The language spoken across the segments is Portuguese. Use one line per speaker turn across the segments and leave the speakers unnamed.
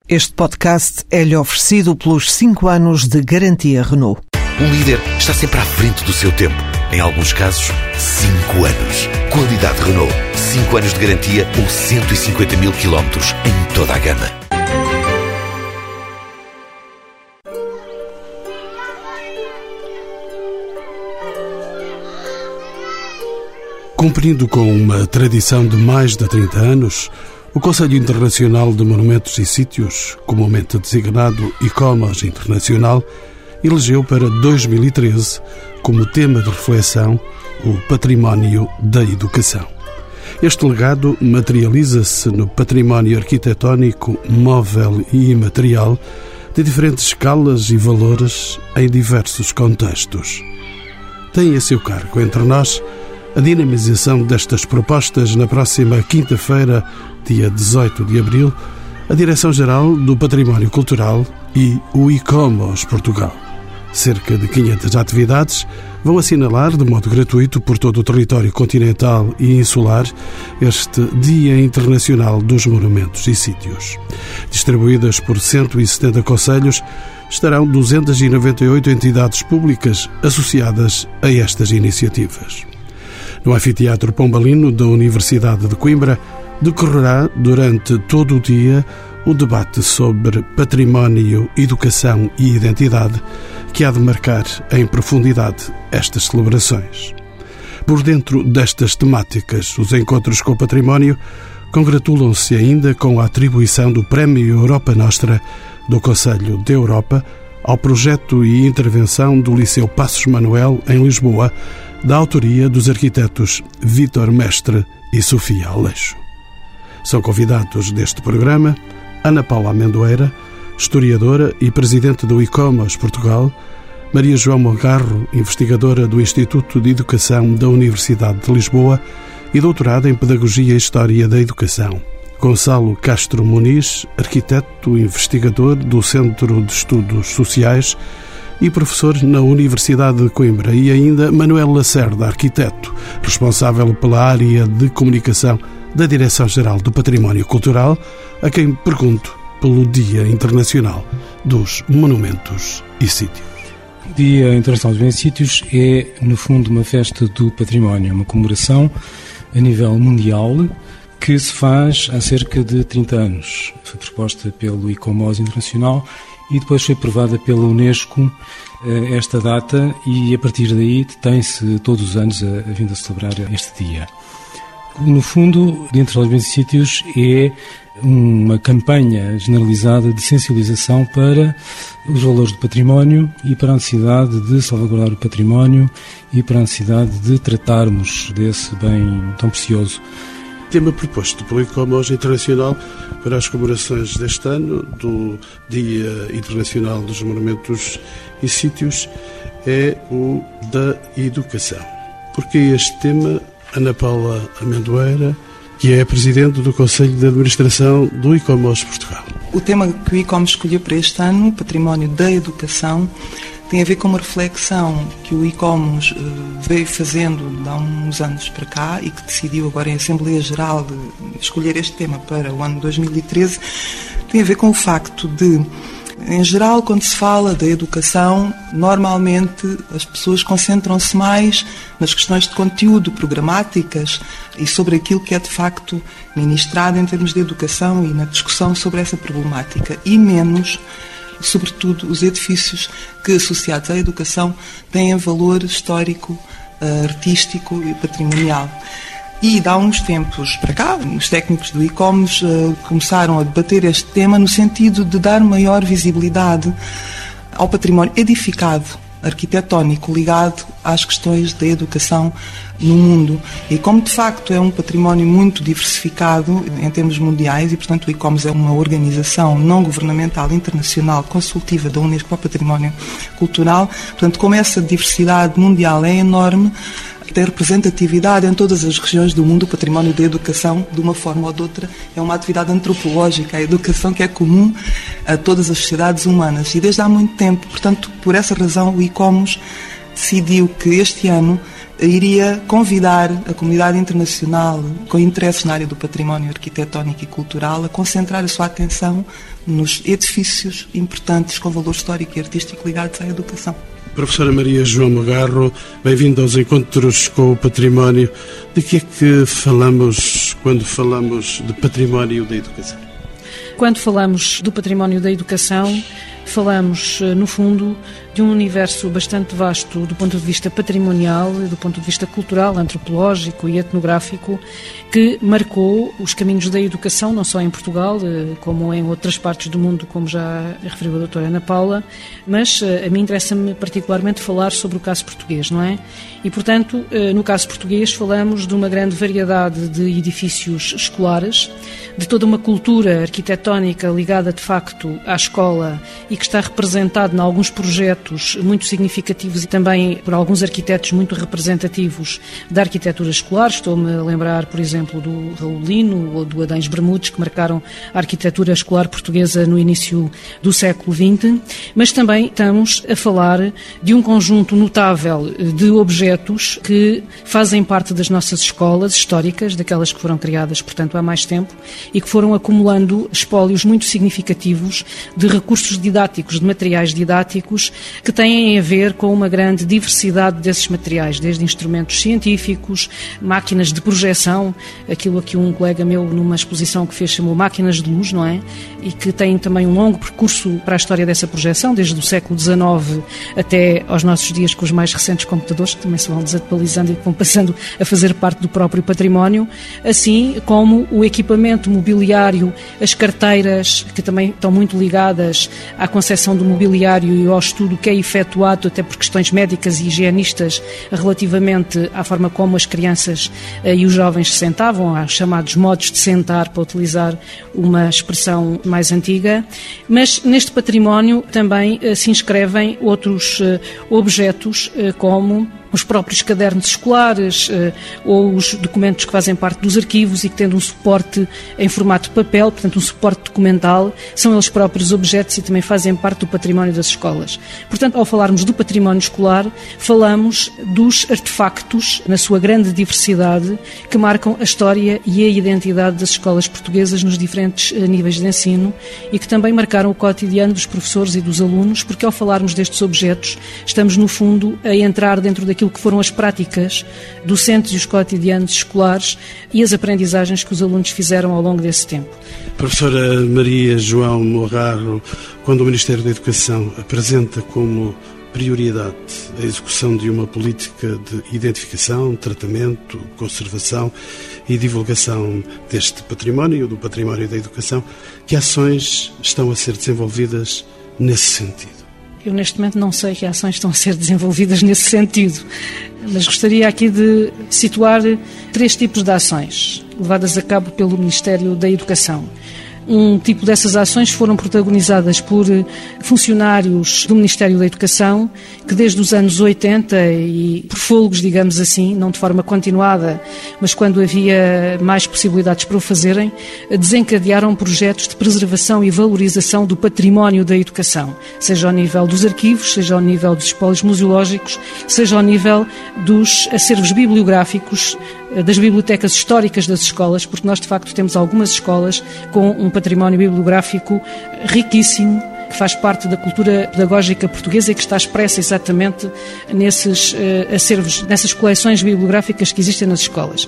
Este podcast é-lhe oferecido pelos 5 anos de garantia Renault.
Um líder está sempre à frente do seu tempo. Em alguns casos, 5 anos. Qualidade Renault. 5 anos de garantia ou 150 mil quilómetros em toda a gama.
Cumprindo com uma tradição de mais de 30 anos, o Conselho Internacional de Monumentos e Sítios, comumente designado ICOMOS Internacional, elegeu para 2013 como tema de reflexão o património da educação. Este legado materializa-se no património arquitetónico, móvel e imaterial de diferentes escalas e valores em diversos contextos. Tem a seu cargo, entre nós, a dinamização destas propostas na próxima quinta-feira, dia 18 de abril, a Direção-Geral do Património Cultural e o ICOMOS Portugal. Cerca de 500 atividades vão assinalar de modo gratuito por todo o território continental e insular este Dia Internacional dos Monumentos e Sítios. Distribuídas por 170 concelhos, estarão 298 entidades públicas associadas a estas iniciativas. No Anfiteatro Pombalino da Universidade de Coimbra, decorrerá durante todo o dia o debate sobre património, educação e identidade, que há de marcar em profundidade estas celebrações. Por dentro destas temáticas, os encontros com o património congratulam-se ainda com a atribuição do Prémio Europa Nostra do Conselho da Europa ao projeto e intervenção do Liceu Passos Manuel, em Lisboa, da autoria dos arquitetos Vítor Mestre e Sofia Aleixo. São convidados deste programa Ana Paula Amendoeira, historiadora e presidente do ICOMOS Portugal, Maria João Mongarro, investigadora do Instituto de Educação da Universidade de Lisboa e doutorada em Pedagogia e História da Educação, Gonçalo Castro Muniz, arquiteto e investigador do Centro de Estudos Sociais e professor na Universidade de Coimbra, e ainda Manuel Lacerda, arquiteto, responsável pela área de comunicação da Direção-Geral do Património Cultural, a quem pergunto pelo Dia Internacional dos Monumentos e Sítios.
O Dia Internacional dos Monumentos e Sítios é, no fundo, uma festa do património, uma comemoração a nível mundial que se faz há cerca de 30 anos. Foi proposta pelo ICOMOS Internacional e depois foi aprovada pela Unesco esta data, e a partir daí tem-se todos os anos a vindo a celebrar este dia. No fundo, o Dia Internacional dos Monumentos e Sítios é uma campanha generalizada de sensibilização para os valores do património e para a necessidade de salvaguardar o património e para a necessidade de tratarmos desse bem tão precioso.
Tema proposto pelo ICOMOS Internacional para as comemorações deste ano do Dia Internacional dos Monumentos e Sítios é o da educação. Porque este tema, Ana Paula Amendoeira, que é presidente do Conselho de Administração do ICOMOS Portugal.
O tema que o ICOMOS escolheu para este ano, o património da educação, tem a ver com uma reflexão que o ICOMOS veio fazendo há uns anos para cá e que decidiu agora em Assembleia Geral de escolher este tema para o ano 2013. Tem a ver com o facto de, em geral, quando se fala da educação, normalmente as pessoas concentram-se mais nas questões de conteúdo, programáticas e sobre aquilo que é de facto ministrado em termos de educação e na discussão sobre essa problemática, e menos, sobretudo, os edifícios que, associados à educação, têm valor histórico, artístico e patrimonial. E, de há uns tempos para cá, os técnicos do ICOMOS começaram a debater este tema no sentido de dar maior visibilidade ao património edificado, arquitetónico, ligado às questões da educação no mundo. E como, de facto, é um património muito diversificado em termos mundiais, e, portanto, o ICOMOS é uma organização não governamental internacional consultiva da Unesco para o património cultural, portanto, como essa diversidade mundial é enorme, tem representatividade em todas as regiões do mundo, o património da educação, de uma forma ou de outra, é uma atividade antropológica, a educação que é comum a todas as sociedades humanas, e desde há muito tempo. Portanto, por essa razão, o ICOMOS decidiu que este ano iria convidar a comunidade internacional com interesses na área do património arquitetónico e cultural a concentrar a sua atenção nos edifícios importantes com valor histórico e artístico ligados à educação.
Professora Maria João Mogarro, bem-vinda aos Encontros com o Património. De que é que falamos quando falamos de património da educação?
Quando falamos do património da educação, falamos, no fundo, de um universo bastante vasto do ponto de vista patrimonial, do ponto de vista cultural, antropológico e etnográfico, que marcou os caminhos da educação, não só em Portugal, como em outras partes do mundo, como já referiu a doutora Ana Paula, mas a mim interessa-me particularmente falar sobre o caso português, não é? E, portanto, no caso português falamos de uma grande variedade de edifícios escolares, de toda uma cultura arquitetónica ligada, de facto, à escola e que está representado em alguns projetos muito significativos e também por alguns arquitetos muito representativos da arquitetura escolar. Estou-me a lembrar, por exemplo, do Raul Lino ou do Adães Bermudes, que marcaram a arquitetura escolar portuguesa no início do século XX, mas também estamos a falar de um conjunto notável de objetos que fazem parte das nossas escolas históricas, daquelas que foram criadas, portanto, há mais tempo, e que foram acumulando espólios muito significativos de recursos didáticos, de materiais didáticos, que têm a ver com uma grande diversidade desses materiais, desde instrumentos científicos, máquinas de projeção, aquilo a que um colega meu numa exposição que fez chamou máquinas de luz, não é? E que têm também um longo percurso para a história dessa projeção, desde o século XIX até aos nossos dias, com os mais recentes computadores, que também se vão desatualizando e vão passando a fazer parte do próprio património, assim como o equipamento mobiliário, as carteiras, que também estão muito ligadas à concepção do mobiliário e ao estudo que é efetuado até por questões médicas e higienistas relativamente à forma como as crianças e os jovens se sentavam, aos chamados modos de sentar, para utilizar uma expressão mais antiga. Mas neste património também se inscrevem outros objetos como os próprios cadernos escolares ou os documentos que fazem parte dos arquivos e que tendo um suporte em formato de papel, portanto um suporte documental, são eles próprios objetos e também fazem parte do património das escolas. Portanto, ao falarmos do património escolar, falamos dos artefactos, na sua grande diversidade, que marcam a história e a identidade das escolas portuguesas nos diferentes níveis de ensino e que também marcaram o cotidiano dos professores e dos alunos, porque ao falarmos destes objetos, estamos no fundo a entrar dentro daquilo que foram as práticas docentes e os cotidianos escolares e as aprendizagens que os alunos fizeram ao longo desse tempo.
Professora Maria João Mogarro, quando o Ministério da Educação apresenta como prioridade a execução de uma política de identificação, tratamento, conservação e divulgação deste património, do património da educação, que ações estão a ser desenvolvidas nesse sentido?
Eu, neste momento, não sei que ações estão a ser desenvolvidas nesse sentido, mas gostaria aqui de situar 3 tipos de ações levadas a cabo pelo Ministério da Educação. Um tipo dessas ações foram protagonizadas por funcionários do Ministério da Educação que desde os anos 80 e por fôlegos, digamos assim, não de forma continuada, mas quando havia mais possibilidades para o fazerem, desencadearam projetos de preservação e valorização do património da educação, seja ao nível dos arquivos, seja ao nível dos espólios museológicos, seja ao nível dos acervos bibliográficos, das bibliotecas históricas das escolas, porque nós de facto temos algumas escolas com um património bibliográfico riquíssimo, que faz parte da cultura pedagógica portuguesa e que está expressa exatamente nesses acervos, nessas coleções bibliográficas que existem nas escolas.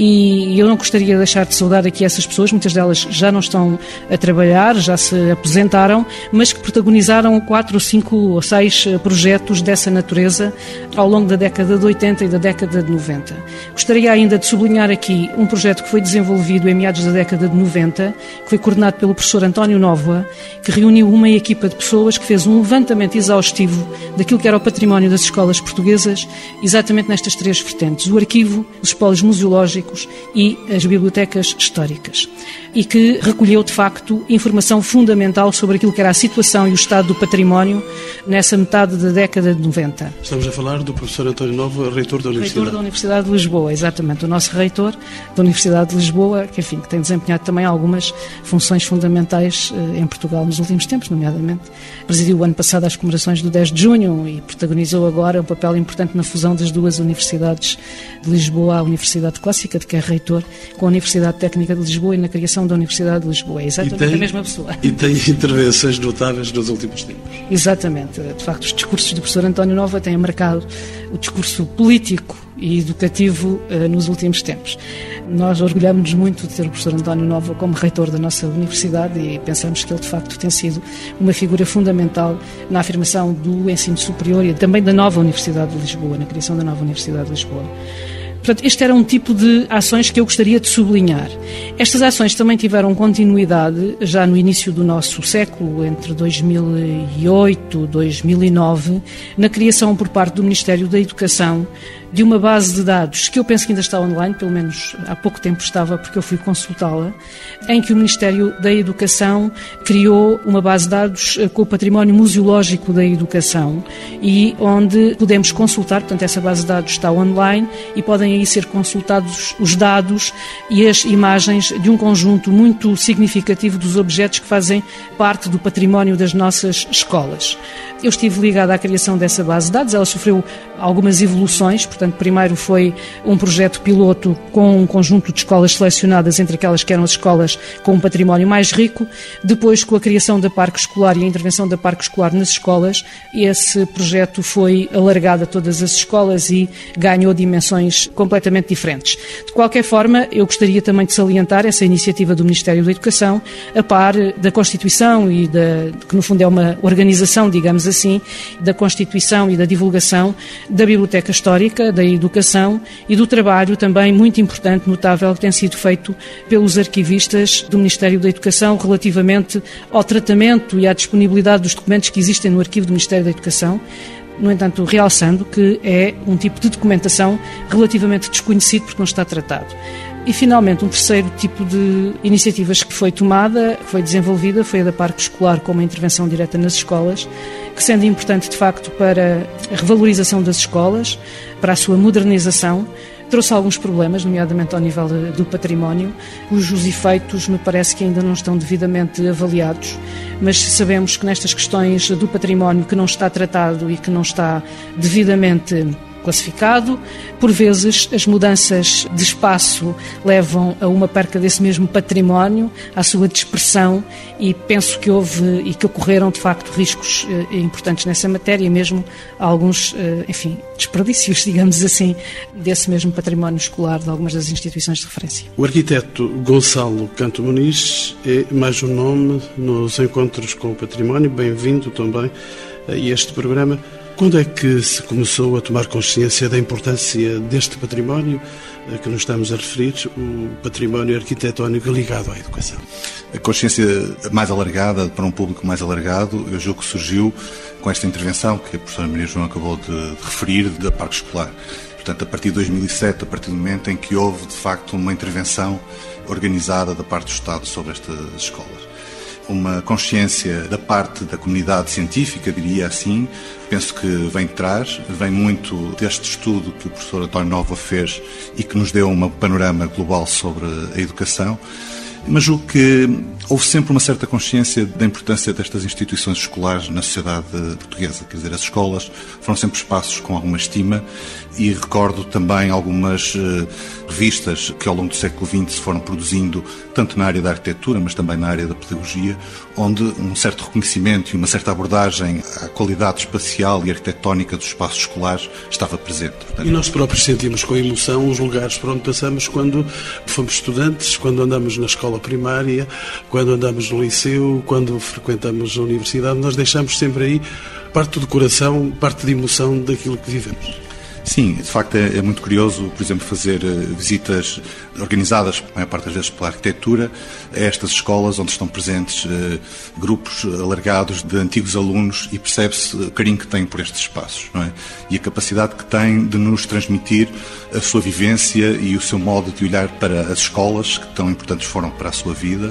E eu não gostaria de deixar de saudar aqui essas pessoas, muitas delas já não estão a trabalhar, já se aposentaram, mas que protagonizaram 4 ou 5 ou 6 projetos dessa natureza ao longo da década de 80 e da década de 90. Gostaria ainda de sublinhar aqui um projeto que foi desenvolvido em meados da década de 90, que foi coordenado pelo professor António Nóvoa, que reuniu uma equipa de pessoas que fez um levantamento exaustivo daquilo que era o património das escolas portuguesas, exatamente nestas 3 vertentes: o arquivo, os espólios museológicos e as bibliotecas históricas. E que recolheu, de facto, informação fundamental sobre aquilo que era a situação e o estado do património nessa metade da década de 90.
Estamos a falar do professor António Nóvoa, reitor da Universidade.
Reitor da Universidade de Lisboa, exatamente. O nosso reitor da Universidade de Lisboa, que, enfim, que tem desempenhado também algumas funções fundamentais em Portugal nos últimos tempos, nomeadamente nomeadamente. Presidiu o ano passado as comemorações do 10 de junho e protagonizou agora um papel importante na fusão das duas universidades de Lisboa, a Universidade Clássica, de que é reitor, com a Universidade Técnica de Lisboa e na criação da Universidade de Lisboa. É exatamente a mesma pessoa.
E tem intervenções notáveis nos últimos tempos.
Exatamente. De facto, os discursos do professor António Nova têm marcado o discurso político e educativo nos últimos tempos. Nós orgulhamos-nos muito de ter o professor António Nova como reitor da nossa universidade e pensamos que ele, de facto, tem sido uma figura fundamental na afirmação do ensino superior e também da nova Universidade de Lisboa, na criação da nova Universidade de Lisboa. Portanto, este era um tipo de ações que eu gostaria de sublinhar. Estas ações também tiveram continuidade já no início do nosso século, entre 2008 e 2009, na criação por parte do Ministério da Educação de uma base de dados que eu penso que ainda está online, pelo menos há pouco tempo estava, porque eu fui consultá-la, em que o Ministério da Educação criou uma base de dados com o património museológico da educação e onde podemos consultar, portanto essa base de dados está online e podem aí ser consultados os dados e as imagens de um conjunto muito significativo dos objetos que fazem parte do património das nossas escolas. Eu estive ligada à criação dessa base de dados, ela sofreu algumas evoluções, portanto, primeiro foi um projeto piloto com um conjunto de escolas selecionadas, entre aquelas que eram as escolas com um património mais rico, depois com a criação da parque escolar e a intervenção da parque escolar nas escolas, esse projeto foi alargado a todas as escolas e ganhou dimensões completamente diferentes. De qualquer forma, eu gostaria também de salientar essa iniciativa do Ministério da Educação, a par da Constituição e que no fundo é uma organização, digamos assim, da Constituição e da divulgação da Biblioteca Histórica, da Educação e do trabalho também muito importante, notável, que tem sido feito pelos arquivistas do Ministério da Educação relativamente ao tratamento e à disponibilidade dos documentos que existem no arquivo do Ministério da Educação. No entanto, realçando que é um tipo de documentação relativamente desconhecido porque não está tratado. E, finalmente, um terceiro tipo de iniciativas que foi tomada, que foi desenvolvida, foi a da parque escolar com uma intervenção direta nas escolas, que sendo importante, de facto, para a revalorização das escolas, para a sua modernização, trouxe alguns problemas, nomeadamente ao nível do património, cujos efeitos me parece que ainda não estão devidamente avaliados, mas sabemos que nestas questões do património que não está tratado e que não está devidamente classificado, por vezes as mudanças de espaço levam a uma perca desse mesmo património, à sua dispersão, e penso que houve e que ocorreram de facto riscos importantes nessa matéria e mesmo alguns, desperdícios, digamos assim, desse mesmo património escolar de algumas das instituições de referência.
O arquiteto Gonçalo Canto Muniz é mais um nome nos encontros com o património. Bem-vindo também a este programa. Quando é que se começou a tomar consciência da importância deste património a que nos estamos a referir, o património arquitetónico ligado à educação?
A consciência mais alargada, para um público mais alargado, eu julgo que surgiu com esta intervenção que a professora Maria João acabou de referir, da parque escolar. Portanto, a partir de 2007, a partir do momento em que houve, de facto, uma intervenção organizada da parte do Estado sobre estas escolas. Uma consciência da parte da comunidade científica, diria assim, penso que vem de trás, vem muito deste estudo que o professor António Nova fez e que nos deu um panorama global sobre a educação, mas julgo que houve sempre uma certa consciência da importância destas instituições escolares na sociedade portuguesa. Quer dizer, as escolas foram sempre espaços com alguma estima e recordo também algumas revistas que ao longo do século XX se foram produzindo, tanto na área da arquitetura, mas também na área da pedagogia, onde um certo reconhecimento e uma certa abordagem à qualidade espacial e arquitetónica dos espaços escolares estava presente. Portanto,
e nós próprios sentimos com emoção os lugares por onde passamos quando fomos estudantes, quando andamos na escola primária, quando andamos no liceu, quando frequentamos a universidade, nós deixamos sempre aí parte do coração, parte de emoção daquilo que vivemos.
Sim, de facto é muito curioso, por exemplo, fazer visitas organizadas, a maior parte das vezes pela arquitetura, a estas escolas onde estão presentes grupos alargados de antigos alunos e percebe-se o carinho que têm por estes espaços, não é? E a capacidade que têm de nos transmitir a sua vivência e o seu modo de olhar para as escolas, que tão importantes foram para a sua vida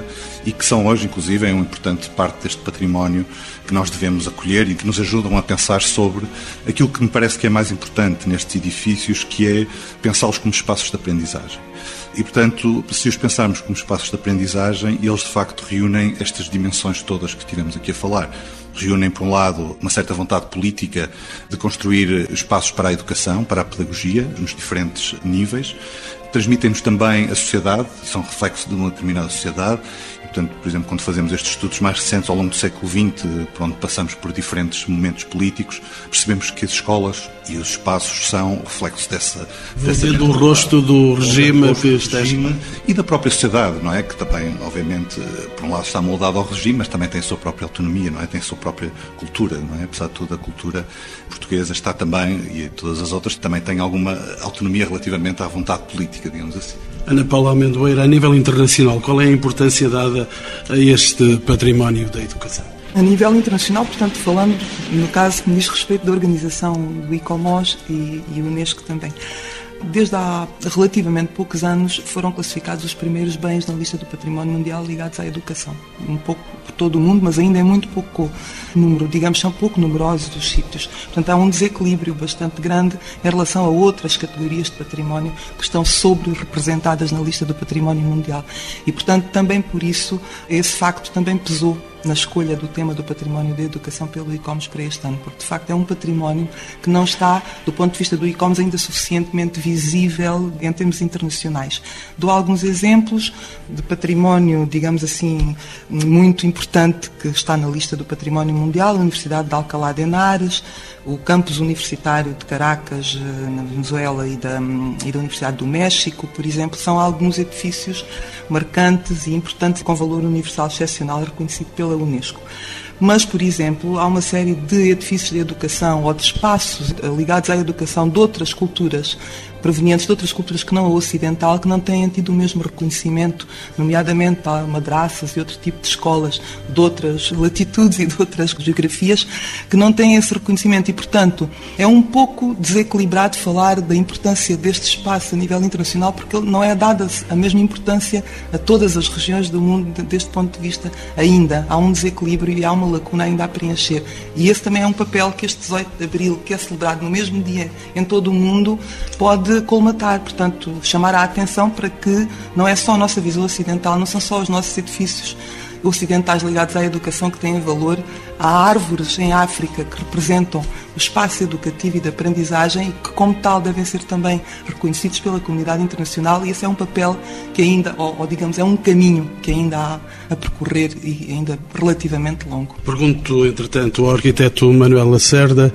e que são hoje, inclusive, uma importante parte deste património que nós devemos acolher e que nos ajudam a pensar sobre aquilo que me parece que é mais importante nestes edifícios, que é pensá-los como espaços de aprendizagem. E, portanto, se os pensarmos como espaços de aprendizagem, eles de facto reúnem estas dimensões todas que estivemos aqui a falar. Reúnem, por um lado, uma certa vontade política de construir espaços para a educação, para a pedagogia, nos diferentes níveis. Transmitem-nos também a sociedade, são reflexos de uma determinada sociedade. Portanto, por exemplo, quando fazemos estes estudos mais recentes ao longo do século XX, por onde passamos por diferentes momentos políticos, percebemos que as escolas e os espaços são reflexos dessa
do rosto do regime que está
e da própria sociedade, não é? Que também, obviamente, por um lado está moldado ao regime, mas também tem a sua própria autonomia, não é? Tem a sua própria cultura, não é? Apesar de tudo, a cultura portuguesa está também, e todas as outras, também têm alguma autonomia relativamente à vontade política, digamos assim.
Ana Paula Amendoeira, a nível internacional, qual é a importância dada a este património da educação?
A nível internacional, portanto, falando no caso que me diz respeito da organização do ICOMOS e Unesco também. Desde há relativamente poucos anos foram classificados os primeiros bens na lista do património mundial ligados à educação. Um pouco por todo o mundo, mas ainda é muito pouco número, digamos, são pouco numerosos os sítios. Portanto, há um desequilíbrio bastante grande em relação a outras categorias de património que estão sobre-representadas na lista do património mundial. E, portanto, também por isso, esse facto também pesou na escolha do tema do património da educação pelo ICOMOS para este ano, porque de facto é um património que não está, do ponto de vista do ICOMOS, ainda suficientemente visível em termos internacionais. Dou alguns exemplos de património, digamos assim, muito importante que está na lista do património mundial: a Universidade de Alcalá de Henares, o campus universitário de Caracas, na Venezuela, e da Universidade do México, por exemplo, são alguns edifícios marcantes e importantes com valor universal excepcional reconhecido pela Unesco. Mas, por exemplo, há uma série de edifícios de educação ou de espaços ligados à educação de outras culturas, provenientes de outras culturas que não a ocidental, que não têm tido o mesmo reconhecimento, nomeadamente há madraças e outro tipo de escolas de outras latitudes e de outras geografias que não têm esse reconhecimento e, portanto, é um pouco desequilibrado falar da importância deste espaço a nível internacional, porque ele não é dada a mesma importância a todas as regiões do mundo deste ponto de vista. Ainda há um desequilíbrio e há uma lacuna ainda a preencher. E esse também é um papel que este 18 de Abril, que é celebrado no mesmo dia em todo o mundo, pode colmatar, portanto, chamar a atenção para que não é só a nossa visão ocidental, não são só os nossos edifícios ocidentais ligados à educação que têm valor. Há árvores em África que representam o espaço educativo e de aprendizagem e que, como tal, devem ser também reconhecidos pela comunidade internacional, e esse é um papel que ainda, ou digamos, é um caminho que ainda há a percorrer e ainda relativamente longo.
Pergunto, entretanto, ao arquiteto Manuel Lacerda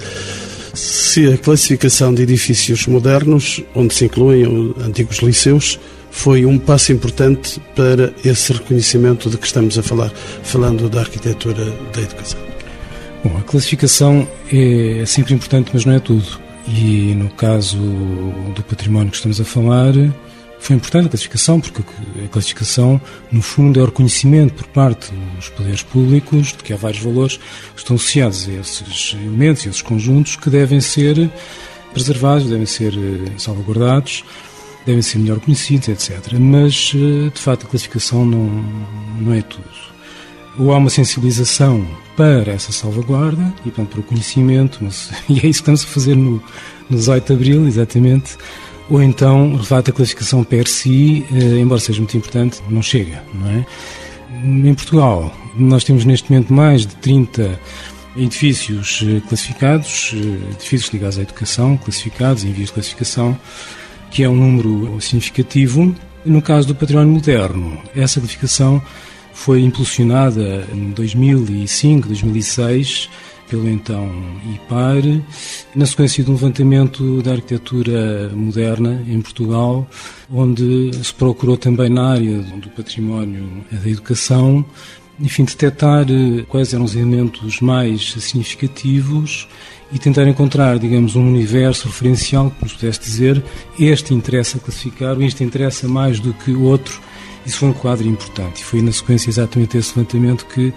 se a classificação de edifícios modernos, onde se incluem antigos liceus, foi um passo importante para esse reconhecimento de que estamos a falar, falando da arquitetura da educação.
Bom, a classificação é sempre importante, mas não é tudo. E no caso do património que estamos a falar, foi importante a classificação, porque a classificação, no fundo, é o reconhecimento por parte dos poderes públicos de que há vários valores que estão associados a esses elementos, a esses conjuntos, que devem ser preservados, devem ser salvaguardados, devem ser melhor conhecidos, etc. Mas, de facto, a classificação não é tudo. Ou há uma sensibilização para essa salvaguarda e, portanto, para o conhecimento, e é isso que estamos a fazer no 18 de Abril, exatamente. Ou então, de facto, a classificação per si, embora seja muito importante, não chega, não é? Em Portugal, nós temos neste momento mais de 30 edifícios classificados, edifícios ligados à educação, classificados, em vias de classificação, que é um número significativo. No caso do património moderno, essa classificação foi impulsionada em 2005, 2006, pelo então IPAR, na sequência de um levantamento da arquitetura moderna em Portugal, onde se procurou também na área do património da educação, enfim, detectar quais eram os elementos mais significativos e tentar encontrar, digamos, um universo referencial que nos pudesse dizer este interessa classificar ou este interessa mais do que o outro. Isso foi um quadro importante e foi na sequência exatamente desse levantamento que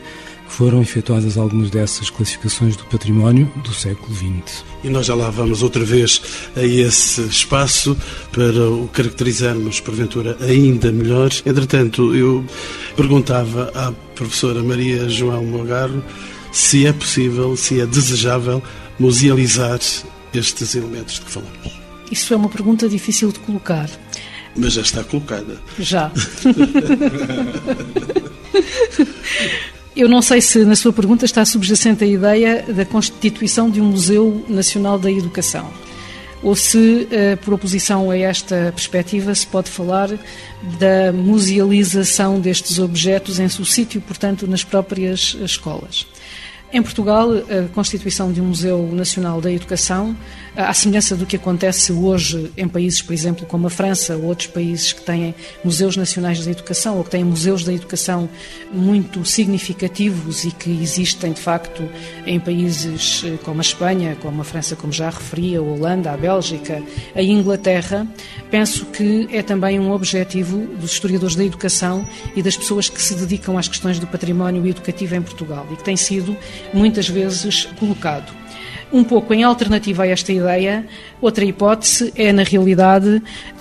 foram efetuadas algumas dessas classificações do património do século XX.
E nós já lá vamos outra vez a esse espaço para o caracterizarmos, porventura, ainda melhor. Entretanto, eu perguntava à professora Maria João Melgaro se é possível, se é desejável musealizar estes elementos de que falamos.
Isso é uma pergunta difícil de colocar.
Mas já está colocada.
Já. Eu não sei se na sua pergunta está subjacente a ideia da constituição de um Museu Nacional da Educação, ou se, por oposição a esta perspectiva, se pode falar da musealização destes objetos em seu sítio, portanto, nas próprias escolas. Em Portugal, a constituição de um Museu Nacional da Educação, à semelhança do que acontece hoje em países, por exemplo, como a França ou outros países que têm museus nacionais da educação ou que têm museus da educação muito significativos e que existem, de facto, em países como a Espanha, como a França, como já referi, a Holanda, a Bélgica, a Inglaterra, penso que é também um objetivo dos historiadores da educação e das pessoas que se dedicam às questões do património educativo em Portugal e que tem sido muitas vezes colocado. Um pouco em alternativa a esta ideia, outra hipótese é, na realidade,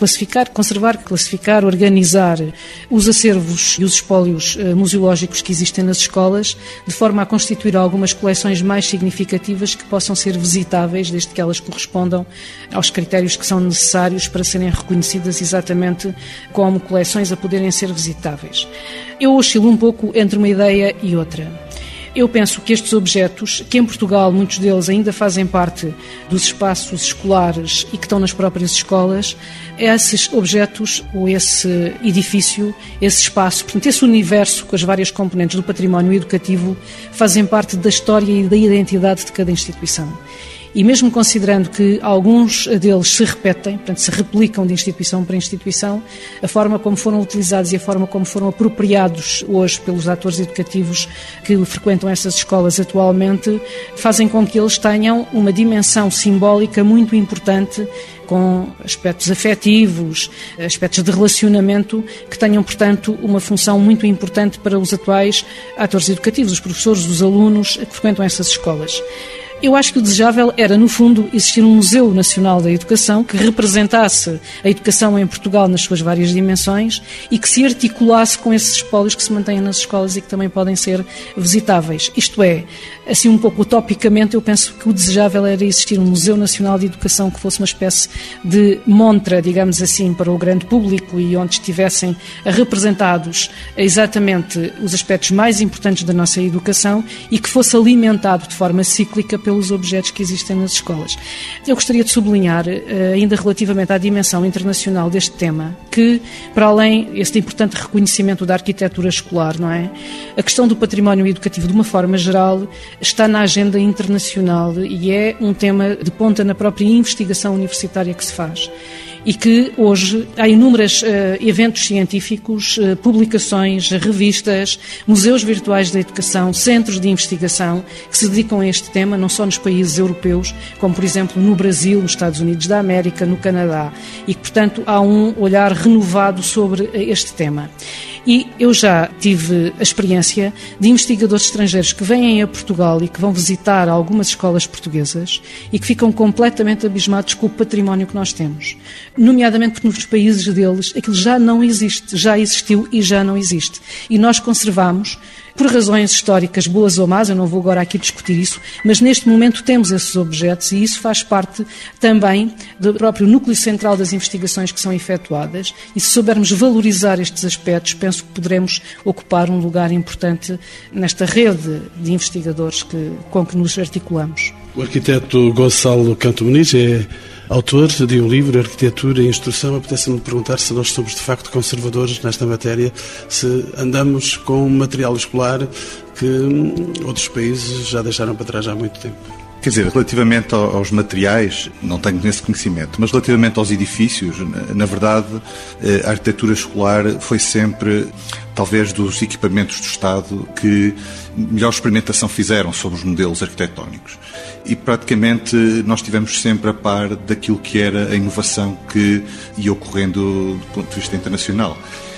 classificar, organizar os acervos e os espólios museológicos que existem nas escolas, de forma a constituir algumas coleções mais significativas que possam ser visitáveis, desde que elas correspondam aos critérios que são necessários para serem reconhecidas exatamente como coleções a poderem ser visitáveis. Eu oscilo um pouco entre uma ideia e outra. Eu penso que estes objetos, que em Portugal muitos deles ainda fazem parte dos espaços escolares e que estão nas próprias escolas, esses objetos ou esse edifício, esse espaço, portanto esse universo com as várias componentes do património educativo fazem parte da história e da identidade de cada instituição. E mesmo considerando que alguns deles se repetem, portanto se replicam de instituição para instituição, a forma como foram utilizados e a forma como foram apropriados hoje pelos atores educativos que frequentam essas escolas atualmente, fazem com que eles tenham uma dimensão simbólica muito importante, com aspectos afetivos, aspectos de relacionamento, que tenham, portanto, uma função muito importante para os atuais atores educativos, os professores, os alunos que frequentam essas escolas. Eu acho que o desejável era, no fundo, existir um Museu Nacional da Educação que representasse a educação em Portugal nas suas várias dimensões e que se articulasse com esses espólios que se mantêm nas escolas e que também podem ser visitáveis. Isto é, assim um pouco utopicamente, eu penso que o desejável era existir um Museu Nacional de Educação que fosse uma espécie de montra, digamos assim, para o grande público e onde estivessem representados exatamente os aspectos mais importantes da nossa educação e que fosse alimentado de forma cíclica pelos objetos que existem nas escolas. Eu gostaria de sublinhar, ainda relativamente à dimensão internacional deste tema, que, para além deste importante reconhecimento da arquitetura escolar, não é? A questão do património educativo, de uma forma geral, está na agenda internacional e é um tema de ponta na própria investigação universitária que se faz. E que hoje há inúmeros eventos científicos, publicações, revistas, museus virtuais da educação, centros de investigação que se dedicam a este tema, não só nos países europeus, como por exemplo no Brasil, nos Estados Unidos da América, no Canadá, e que portanto há um olhar renovado sobre este tema. E eu já tive a experiência de investigadores estrangeiros que vêm a Portugal e que vão visitar algumas escolas portuguesas e que ficam completamente abismados com o património que nós temos. Nomeadamente porque nos países deles aquilo já não existe, já existiu e já não existe. E nós conservamos, por razões históricas boas ou más, eu não vou agora aqui discutir isso, mas neste momento temos esses objetos e isso faz parte também do próprio núcleo central das investigações que são efetuadas e se soubermos valorizar estes aspectos, penso que poderemos ocupar um lugar importante nesta rede de investigadores com que nos articulamos.
O arquiteto Gonçalo Canto Muniz é autor de um livro, Arquitetura e Instrução. Apetece-me perguntar se nós somos de facto conservadores nesta matéria, se andamos com material escolar que outros países já deixaram para trás há muito tempo.
Quer dizer, relativamente aos materiais, não tenho esse conhecimento, mas relativamente aos edifícios, na verdade, a arquitetura escolar foi sempre, talvez, dos equipamentos do Estado que melhor experimentação fizeram sobre os modelos arquitetónicos. E, praticamente, nós estivemos sempre a par daquilo que era a inovação que ia ocorrendo do ponto de vista internacional.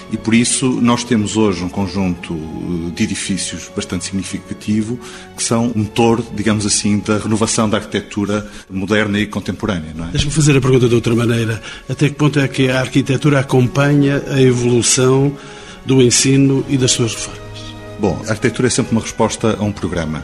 E por isso nós temos hoje um conjunto de edifícios bastante significativo que são um motor, digamos assim, da renovação da arquitetura moderna e contemporânea, não é?
Deixa-me fazer a pergunta de outra maneira. Até que ponto é que a arquitetura acompanha a evolução do ensino e das suas reformas?
Bom, a arquitetura é sempre uma resposta a um programa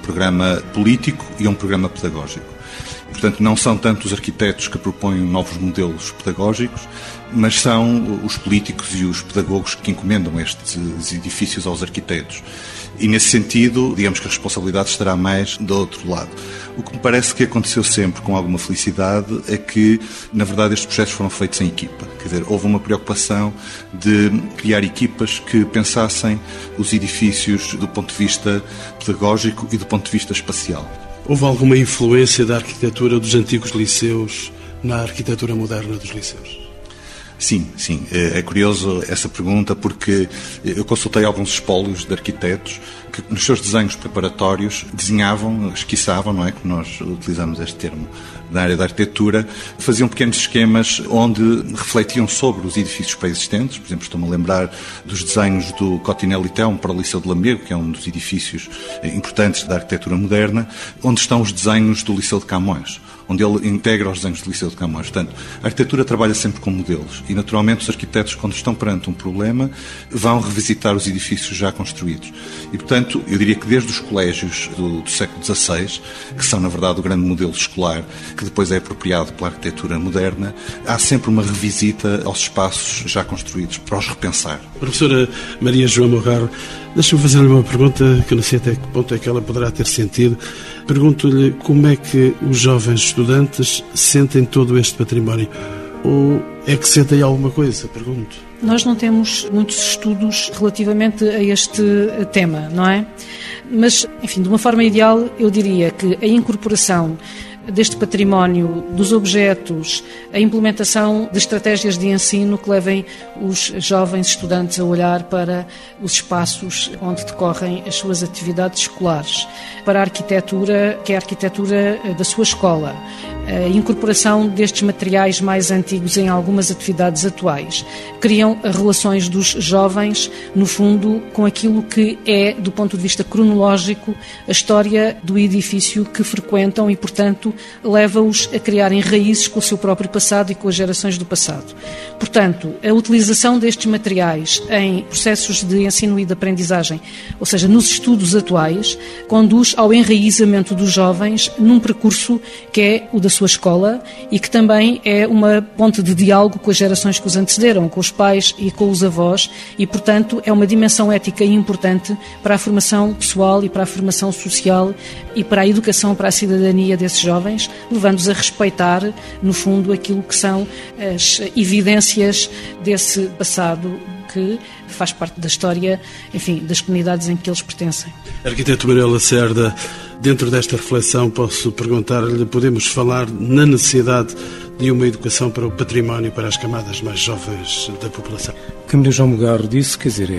político e a um programa pedagógico. Portanto, não são tanto os arquitetos que propõem novos modelos pedagógicos, mas são os políticos e os pedagogos que encomendam estes edifícios aos arquitetos. E, nesse sentido, digamos que a responsabilidade estará mais do outro lado. O que me parece que aconteceu sempre com alguma felicidade é que, na verdade, estes projetos foram feitos em equipa. Quer dizer, houve uma preocupação de criar equipas que pensassem os edifícios do ponto de vista pedagógico e do ponto de vista espacial.
Houve alguma influência da arquitetura dos antigos liceus na arquitetura moderna dos liceus?
Sim. É curioso essa pergunta porque eu consultei alguns espólios de arquitetos que nos seus desenhos preparatórios desenhavam, esquiçavam, não é que nós utilizamos este termo na área da arquitetura, faziam pequenos esquemas onde refletiam sobre os edifícios pré-existentes. Por exemplo, estou-me a lembrar dos desenhos do Cotinel-Litéon para o Liceu de Lamego, que é um dos edifícios importantes da arquitetura moderna, onde estão os desenhos do Liceu de Camões, onde ele integra os desenhos do Liceu de Camões. Portanto, a arquitetura trabalha sempre com modelos e, naturalmente, os arquitetos, quando estão perante um problema, vão revisitar os edifícios já construídos. E, portanto, eu diria que desde os colégios do século XVI, que são, na verdade, o grande modelo escolar, que depois é apropriado pela arquitetura moderna, há sempre uma revisita aos espaços já construídos, para os repensar.
Professora Maria João Morgaro, deixa-me fazer-lhe uma pergunta que não sei até que ponto é que ela poderá ter sentido. Pergunto-lhe como é que os jovens estudantes sentem todo este património. Ou é que sentem alguma coisa? Pergunto.
Nós não temos muitos estudos relativamente a este tema, não é? Mas, enfim, de uma forma ideal, eu diria que a incorporação deste património, dos objetos, a implementação de estratégias de ensino que levem os jovens estudantes a olhar para os espaços onde decorrem as suas atividades escolares, para a arquitetura, que é a arquitetura da sua escola, a incorporação destes materiais mais antigos em algumas atividades atuais, criam relações dos jovens, no fundo, com aquilo que é, do ponto de vista cronológico, a história do edifício que frequentam e, portanto, leva-os a criarem raízes com o seu próprio passado e com as gerações do passado. Portanto, a utilização destes materiais em processos de ensino e de aprendizagem, ou seja, nos estudos atuais, conduz ao enraizamento dos jovens num percurso que é o da sua escola e que também é uma ponte de diálogo com as gerações que os antecederam, com os pais e com os avós e, portanto, é uma dimensão ética importante para a formação pessoal e para a formação social e para a educação, para a cidadania desses jovens, levando-os a respeitar, no fundo, aquilo que são as evidências desse passado que faz parte da história, enfim, das comunidades em que eles pertencem.
Arquiteto Manuel Lacerda, dentro desta reflexão posso perguntar-lhe, podemos falar na necessidade de uma educação para o património, para as camadas mais jovens da população?
O que Maria João Morgaro disse, quer dizer,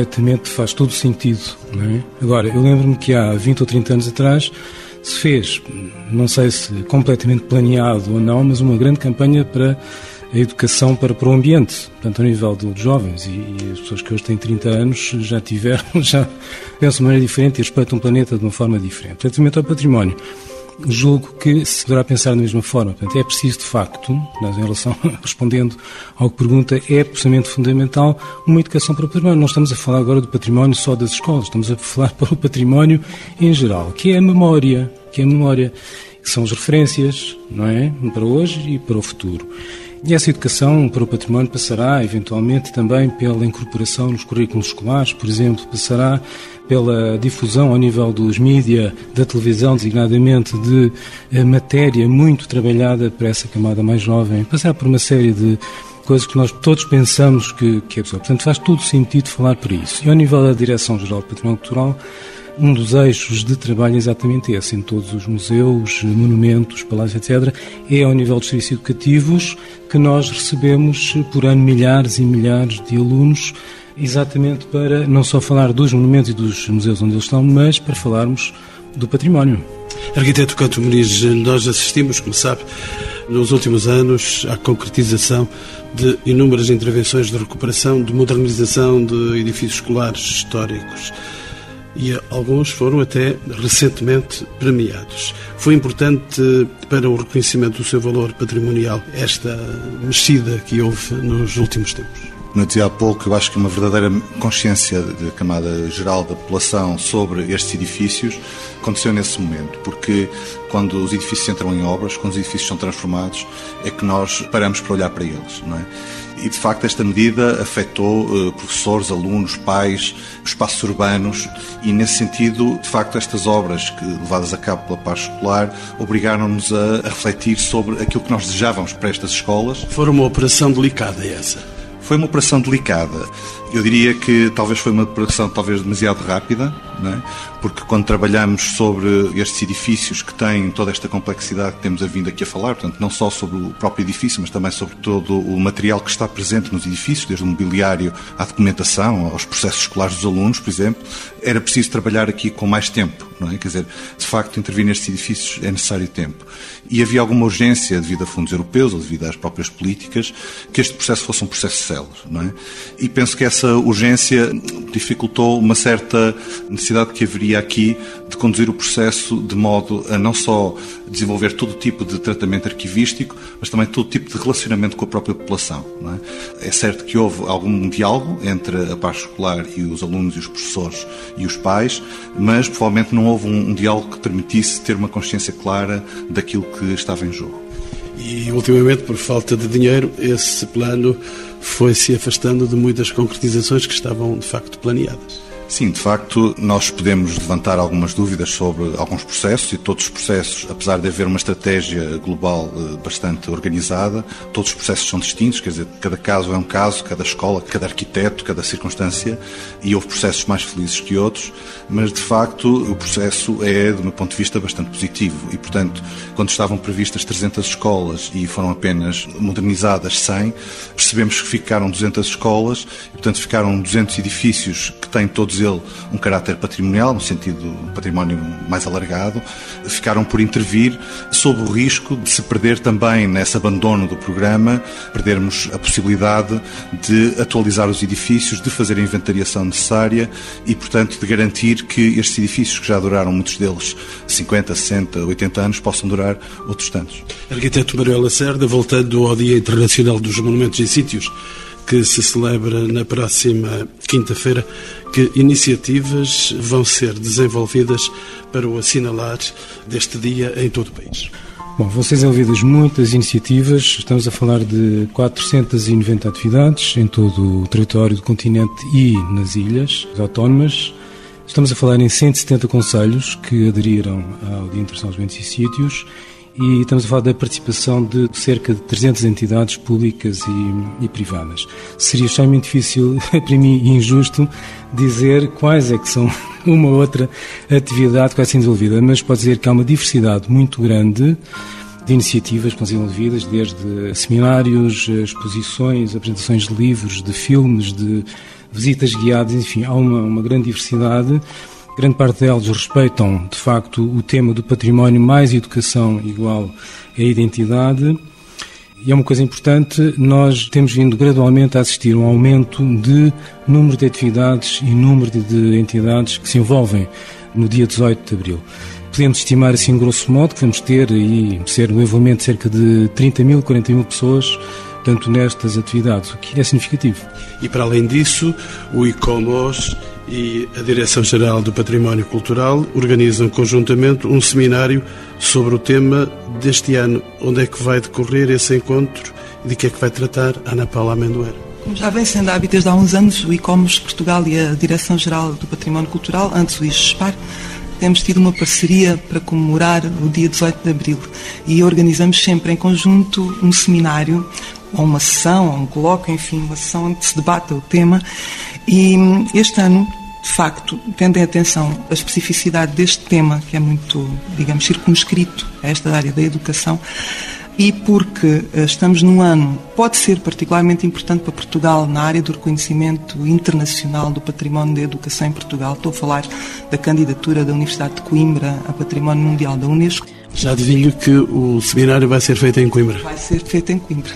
faz todo sentido, não é? Agora, eu lembro-me que há 20 ou 30 anos atrás se fez, não sei se completamente planeado ou não, mas uma grande campanha para a educação para o ambiente, portanto, ao nível dos jovens e as pessoas que hoje têm 30 anos já pensam de maneira diferente e respeitam o planeta de uma forma diferente. Relativamente ao património, julgo que se poderá pensar da mesma forma. Portanto, é preciso, de facto, em relação, respondendo ao que pergunta, é absolutamente fundamental uma educação para o património. Não estamos a falar agora do património só das escolas, estamos a falar para o património em geral, que é a memória, que são as referências, não é? Para hoje e para o futuro. E essa educação para o património passará, eventualmente, também pela incorporação nos currículos escolares, por exemplo, passará pela difusão ao nível dos mídia, da televisão, designadamente, de matéria muito trabalhada para essa camada mais jovem, passará por uma série de coisas que nós todos pensamos que é possível. Portanto, faz todo sentido falar por isso. E ao nível da Direção-Geral do Património Cultural, um dos eixos de trabalho é exatamente esse, em todos os museus, monumentos, palácios, etc., é ao nível dos serviços educativos que nós recebemos por ano milhares e milhares de alunos, exatamente para não só falar dos monumentos e dos museus onde eles estão, mas para falarmos do património.
Arquiteto Couto Muniz, nós assistimos, como sabe, Nos últimos anos, há concretização de inúmeras intervenções de recuperação, de modernização de edifícios escolares históricos. E alguns foram até recentemente premiados. Foi importante para o reconhecimento do seu valor patrimonial esta mexida que houve nos últimos tempos?
Como eu dizia há pouco, eu acho que uma verdadeira consciência da camada geral da população sobre estes edifícios aconteceu nesse momento, porque quando os edifícios entram em obras, quando os edifícios são transformados, é que nós paramos para olhar para eles, não é? E, de facto, esta medida afetou professores, alunos, pais, espaços urbanos e, nesse sentido, de facto, estas obras levadas a cabo pela parte escolar obrigaram-nos a refletir sobre aquilo que nós desejávamos para estas escolas.
Foi uma operação delicada essa.
Foi uma operação delicada. Eu diria que talvez foi uma operação demasiado rápida, não é? Porque quando trabalhamos sobre estes edifícios que têm toda esta complexidade que temos vindo aqui a falar, portanto, não só sobre o próprio edifício, mas também sobre todo o material que está presente nos edifícios, desde o mobiliário à documentação, aos processos escolares dos alunos, por exemplo, era preciso trabalhar aqui com mais tempo, não é? Quer dizer, de facto, intervir nestes edifícios é necessário tempo. E havia alguma urgência, devido a fundos europeus ou devido às próprias políticas, que este processo fosse um processo célere, não é? E penso que essa urgência dificultou uma certa necessidade que haveria aqui de conduzir o processo de modo a não só desenvolver todo tipo de tratamento arquivístico, mas também todo tipo de relacionamento com a própria população, não é? É certo que houve algum diálogo entre a parte escolar e os alunos e os professores e os pais, mas provavelmente não houve um diálogo que permitisse ter uma consciência clara daquilo que estava em jogo.
E, ultimamente, por falta de dinheiro, esse plano foi-se afastando de muitas concretizações que estavam, de facto, planeadas.
Sim, de facto, nós podemos levantar algumas dúvidas sobre alguns processos e todos os processos, apesar de haver uma estratégia global bastante organizada, todos os processos são distintos, quer dizer, cada caso é um caso, cada escola, cada arquiteto, cada circunstância, e houve processos mais felizes que outros, mas, de facto, o processo é, do meu ponto de vista, bastante positivo e, portanto, quando estavam previstas 300 escolas e foram apenas modernizadas 100, percebemos que ficaram 200 escolas e, portanto, ficaram 200 edifícios que têm todos ele um caráter patrimonial, no sentido património mais alargado, ficaram por intervir sob o risco de se perder também nesse abandono do programa, perdermos a possibilidade de atualizar os edifícios, de fazer a inventariação necessária e, portanto, de garantir que estes edifícios, que já duraram muitos deles 50, 60, 80 anos, possam durar outros tantos.
Arquiteto Manuel Lacerda, voltando ao Dia Internacional dos Monumentos e Sítios, que se celebra na próxima quinta-feira, que iniciativas vão ser desenvolvidas para o assinalar deste dia em todo o país?
Bom, vão ser desenvolvidas muitas iniciativas, estamos a falar de 490 atividades em todo o território do continente e nas ilhas autónomas. Estamos a falar em 170 concelhos que aderiram ao Dia Internacional dos Monumentos e Sítios e estamos a falar da participação de cerca de 300 entidades públicas e privadas. Seria extremamente difícil, para mim, e injusto, dizer quais é que são uma ou outra atividade que vai ser desenvolvida, mas pode dizer que há uma diversidade muito grande de iniciativas que vão ser desenvolvidas, desde seminários, exposições, apresentações de livros, de filmes, de visitas guiadas, enfim, há uma grande diversidade. Grande parte delas respeitam, de facto, o tema do património mais educação igual à identidade. E é uma coisa importante, nós temos vindo gradualmente a assistir a um aumento de número de atividades e número de entidades que se envolvem no dia 18 de abril. Podemos estimar, assim, grosso modo, que vamos ter aí ser um envolvimento de cerca de 30 mil, 40 mil pessoas, tanto nestas atividades, o que é significativo.
E, para além disso, o ICOMOS e a Direção-Geral do Património Cultural organizam conjuntamente um seminário sobre o tema deste ano. Onde é que vai decorrer esse encontro e de que é que vai tratar Ana Paula Amendoeira?
Como já vem sendo hábito desde há uns anos, o ICOMOS Portugal e a Direção-Geral do Património Cultural, antes o IGESPAR, temos tido uma parceria para comemorar o dia 18 de abril e organizamos sempre em conjunto um seminário, ou uma sessão, ou um colóquio, enfim, uma sessão onde se debata o tema. E este ano, de facto, tendo em atenção a especificidade deste tema, que é muito, digamos, circunscrito a esta área da educação, e porque estamos num ano, pode ser particularmente importante para Portugal na área do reconhecimento internacional do património da educação em Portugal. Estou a falar da candidatura da Universidade de Coimbra a Património Mundial da Unesco.
Já adivinho que o seminário vai ser feito em Coimbra.
Vai ser feito em Coimbra.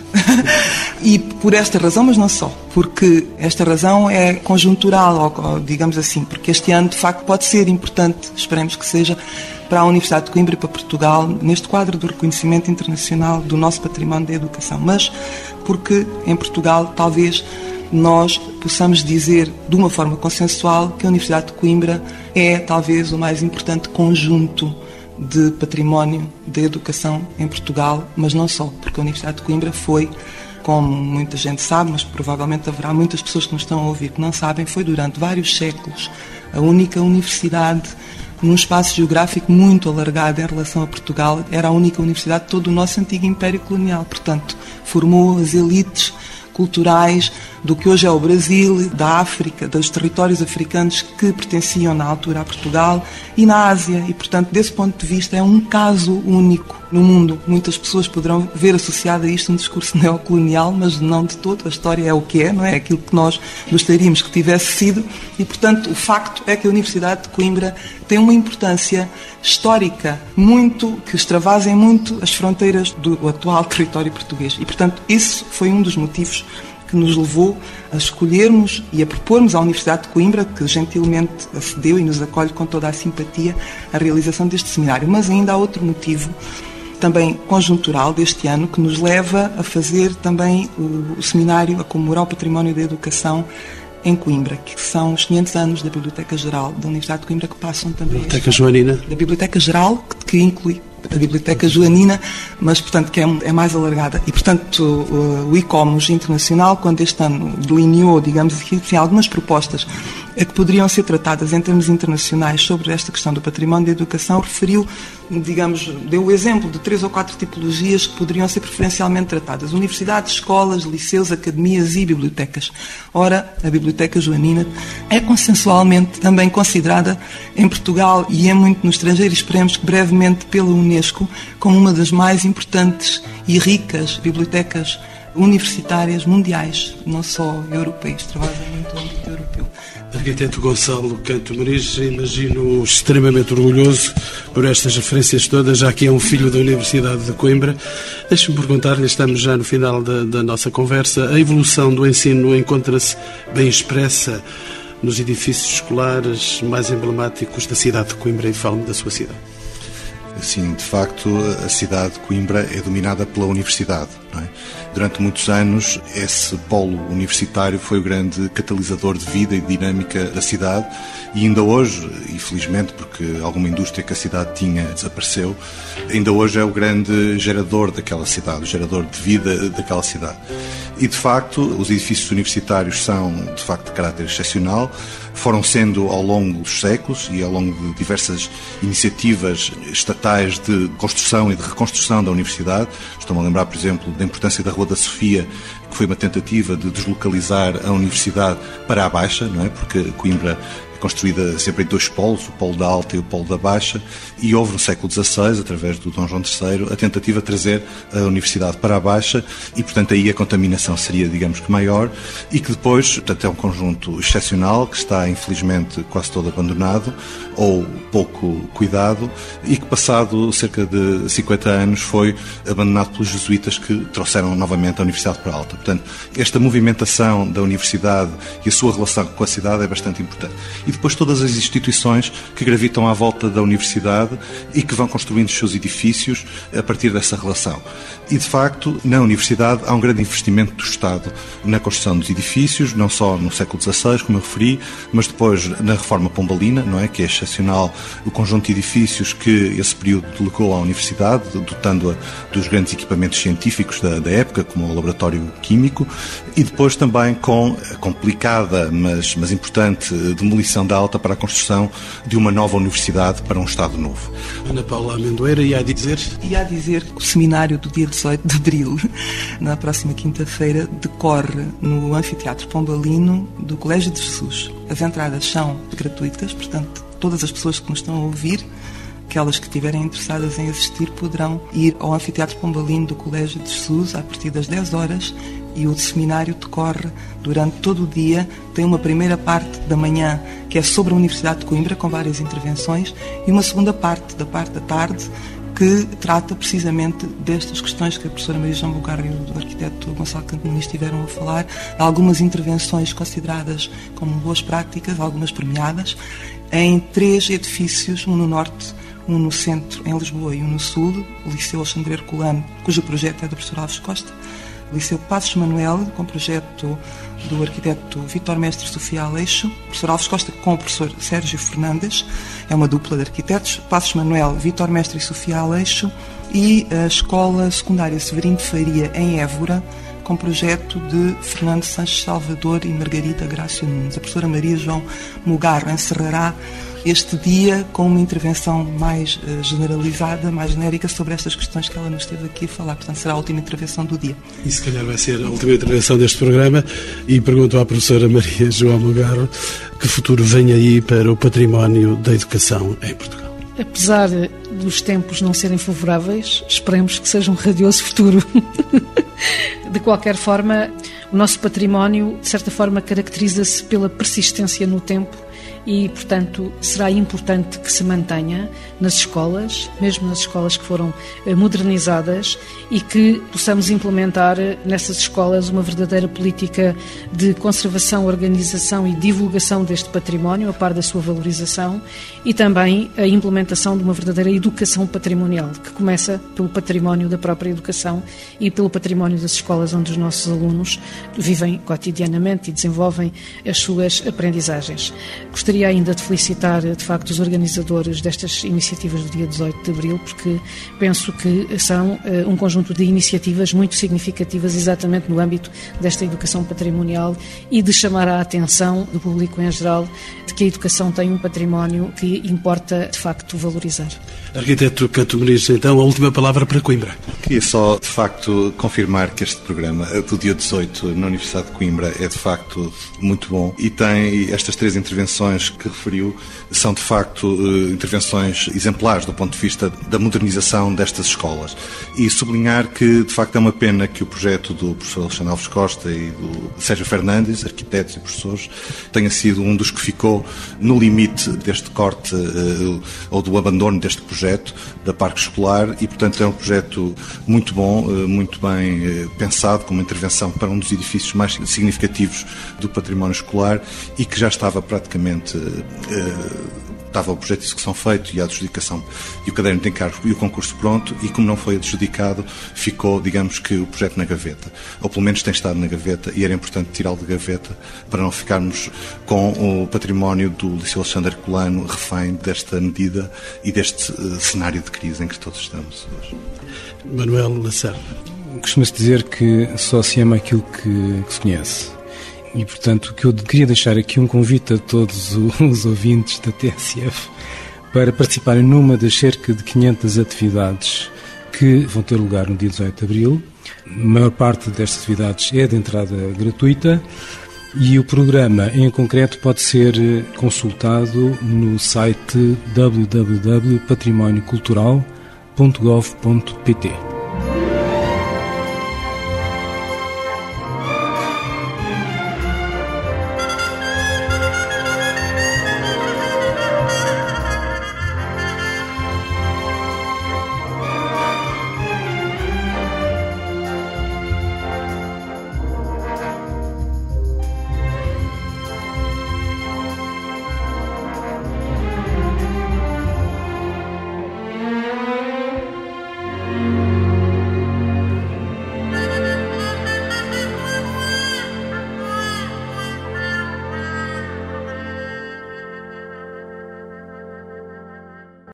E por esta razão, mas não só, porque esta razão é conjuntural, ou digamos assim, porque este ano, de facto, pode ser importante, esperemos que seja, para a Universidade de Coimbra e para Portugal, neste quadro do reconhecimento internacional do nosso património da educação. Mas porque em Portugal, talvez, nós possamos dizer de uma forma consensual que a Universidade de Coimbra é talvez o mais importante conjunto de património da educação em Portugal, mas não só, porque a Universidade de Coimbra foi, como muita gente sabe, mas provavelmente haverá muitas pessoas que nos estão a ouvir que não sabem, foi durante vários séculos a única universidade num espaço geográfico muito alargado em relação a Portugal. Era a única universidade de todo o nosso antigo Império Colonial, portanto, formou as elites culturais do que hoje é o Brasil, da África, dos territórios africanos que pertenciam na altura a Portugal e na Ásia. E, portanto, desse ponto de vista, é um caso único no mundo. Muitas pessoas poderão ver associado a isto um discurso neocolonial, mas não de todo. A história é o que é, não é aquilo que nós gostaríamos que tivesse sido. E, portanto, o facto é que a Universidade de Coimbra tem uma importância histórica que extravasem muito as fronteiras do atual território português. E, portanto, isso foi um dos motivos que nos levou a escolhermos e a propormos à Universidade de Coimbra, que gentilmente acedeu e nos acolhe com toda a simpatia, a realização deste seminário. Mas ainda há outro motivo, também conjuntural deste ano, que nos leva a fazer também o seminário a comemorar o património da educação em Coimbra, que são os 500 anos da Biblioteca Geral da Universidade de Coimbra, que passam também...
Biblioteca Joanina?
Da Biblioteca Geral, que inclui a Biblioteca Joanina, mas, portanto, que é mais alargada. E, portanto, o ICOMOS Internacional, quando este ano delineou, digamos assim, algumas propostas que poderiam ser tratadas em termos internacionais sobre esta questão do património da educação, referiu, digamos, deu o exemplo de 3 ou 4 tipologias que poderiam ser preferencialmente tratadas: universidades, escolas, liceus, academias e bibliotecas. Ora, a Biblioteca Joanina é consensualmente também considerada em Portugal e é muito no estrangeiro, e esperemos que brevemente pela Unesco, como uma das mais importantes e ricas bibliotecas universitárias mundiais, não só europeias, trabalha muito no âmbito europeu.
Arquiteto Gonçalo Canto Muniz, imagino extremamente orgulhoso por estas referências todas, já que é um filho da Universidade de Coimbra. Deixe-me perguntar-lhe, estamos já no final da nossa conversa, a evolução do ensino encontra-se bem expressa nos edifícios escolares mais emblemáticos da cidade de Coimbra, e fale-me da sua cidade.
Sim, de facto, a cidade de Coimbra é dominada pela universidade, não é? Durante muitos anos, esse polo universitário foi o grande catalisador de vida e dinâmica da cidade, e ainda hoje, infelizmente, porque alguma indústria que a cidade tinha desapareceu, ainda hoje é o grande gerador daquela cidade, o gerador de vida daquela cidade. E, de facto, os edifícios universitários são, de facto, de caráter excepcional, foram sendo ao longo dos séculos e ao longo de diversas iniciativas estatais de construção e de reconstrução da universidade. Estou-me a lembrar, por exemplo, da importância da Rua da Sofia, que foi uma tentativa de deslocalizar a universidade para a Baixa, não é? Porque Coimbra é construída sempre em 2 polos, o polo da Alta e o polo da Baixa, e houve no século XVI, através do Dom João III, a tentativa de trazer a universidade para a Baixa, e, portanto, aí a contaminação seria, digamos que, maior, e que depois, portanto, é um conjunto excepcional, que está, infelizmente, quase todo abandonado, ou pouco cuidado, e que, passado cerca de 50 anos, foi abandonado pelos jesuítas, que trouxeram novamente a universidade para a Alta. Portanto, esta movimentação da universidade e a sua relação com a cidade é bastante importante. E depois todas as instituições que gravitam à volta da universidade e que vão construindo os seus edifícios a partir dessa relação. E, de facto, na universidade há um grande investimento do Estado na construção dos edifícios, não só no século XVI, como eu referi, mas depois na reforma pombalina, não é? Que é excepcional o conjunto de edifícios que esse período delegou à universidade, dotando-a dos grandes equipamentos científicos da época, como o laboratório químico, e depois também com a complicada, mas importante demolição da Alta para a construção de uma nova universidade para um Estado novo.
Ana Paula Amendoeira, ia dizer
que o seminário do dia 18 de abril, na próxima quinta-feira, decorre no Anfiteatro Pombalino do Colégio de Jesus. As entradas são gratuitas, portanto, todas as pessoas que nos estão a ouvir, aquelas que estiverem interessadas em assistir, poderão ir ao Anfiteatro Pombalino do Colégio de Jesus a partir das 10 horas, e o seminário decorre durante todo o dia. Tem uma primeira parte da manhã, que é sobre a Universidade de Coimbra, com várias intervenções, e uma segunda parte, da parte da tarde, que trata precisamente destas questões que a professora Maria João Bugarra e o arquiteto Gonçalo Cantonis estiveram a falar, algumas intervenções consideradas como boas práticas, algumas premiadas, em 3 edifícios, um no norte, um no centro, em Lisboa, e um no sul, o Liceu Alexandre Herculano, cujo projeto é do professor Alves Costa, o Liceu Passos Manuel, com projeto do arquiteto Vítor Mestre e Sofia Aleixo, o professor Alves Costa com o professor Sérgio Fernandes, é uma dupla de arquitetos, Passos Manuel, Vítor Mestre e Sofia Aleixo, e a Escola Secundária Severino de Faria, em Évora, com projeto de Fernando Sanches Salvador e Margarida Grácio Nunes. A professora Maria João Bugarra encerrará este dia com uma intervenção mais generalizada, mais genérica, sobre estas questões que ela nos esteve aqui a falar. Portanto, será a última intervenção do dia.
E se calhar vai ser a última intervenção deste programa. E pergunto à professora Maria João Bugarra que futuro vem aí para o património da educação em Portugal.
Apesar dos tempos não serem favoráveis, esperemos que seja um radioso futuro. De qualquer forma, o nosso património, de certa forma, caracteriza-se pela persistência no tempo e, portanto, será importante que se mantenha nas escolas, mesmo nas escolas que foram modernizadas, e que possamos implementar nessas escolas uma verdadeira política de conservação, organização e divulgação deste património, a par da sua valorização, e também a implementação de uma verdadeira educação patrimonial, que começa pelo património da própria educação e pelo património das escolas onde os nossos alunos vivem cotidianamente e desenvolvem as suas aprendizagens. Gostaria ainda de felicitar, de facto, os organizadores destas iniciativas do dia 18 de Abril, porque penso que são um conjunto de iniciativas muito significativas exatamente no âmbito desta educação patrimonial e de chamar a atenção do público em geral de que a educação tem um património que importa, de facto, valorizar.
Arquiteto Cantonis, então, a última palavra para Coimbra.
Queria só, de facto, confirmar que este programa do dia 18 na Universidade de Coimbra é, de facto, muito bom e tem estas 3 intervenções que referiu, são, de facto, intervenções exemplares do ponto de vista da modernização destas escolas. E sublinhar que, de facto, é uma pena que o projeto do professor Alexandre Alves Costa e do Sérgio Fernandes, arquitetos e professores, tenha sido um dos que ficou no limite deste corte ou do abandono deste projeto da Parque Escolar e, portanto, é um projeto muito bom, muito bem pensado, com uma intervenção para um dos edifícios mais significativos do património escolar e que já estava praticamente... estava o projeto de execução feito e a adjudicação e o caderno de encargo e o concurso pronto, e como não foi adjudicado, ficou, digamos que, o projeto na gaveta. Ou pelo menos tem estado na gaveta e era importante tirá-lo de gaveta para não ficarmos com o património do Liceu Alexandre Herculano refém desta medida e deste cenário de crise em que todos estamos hoje.
Manuel Lacerda.
Costuma-se dizer que só se ama aquilo que se conhece. E, portanto, o que eu queria deixar aqui um convite a todos os ouvintes da TSF para participarem numa das cerca de 500 atividades que vão ter lugar no dia 18 de Abril. A maior parte destas atividades é de entrada gratuita e o programa em concreto pode ser consultado no site www.patrimoniocultural.gov.pt.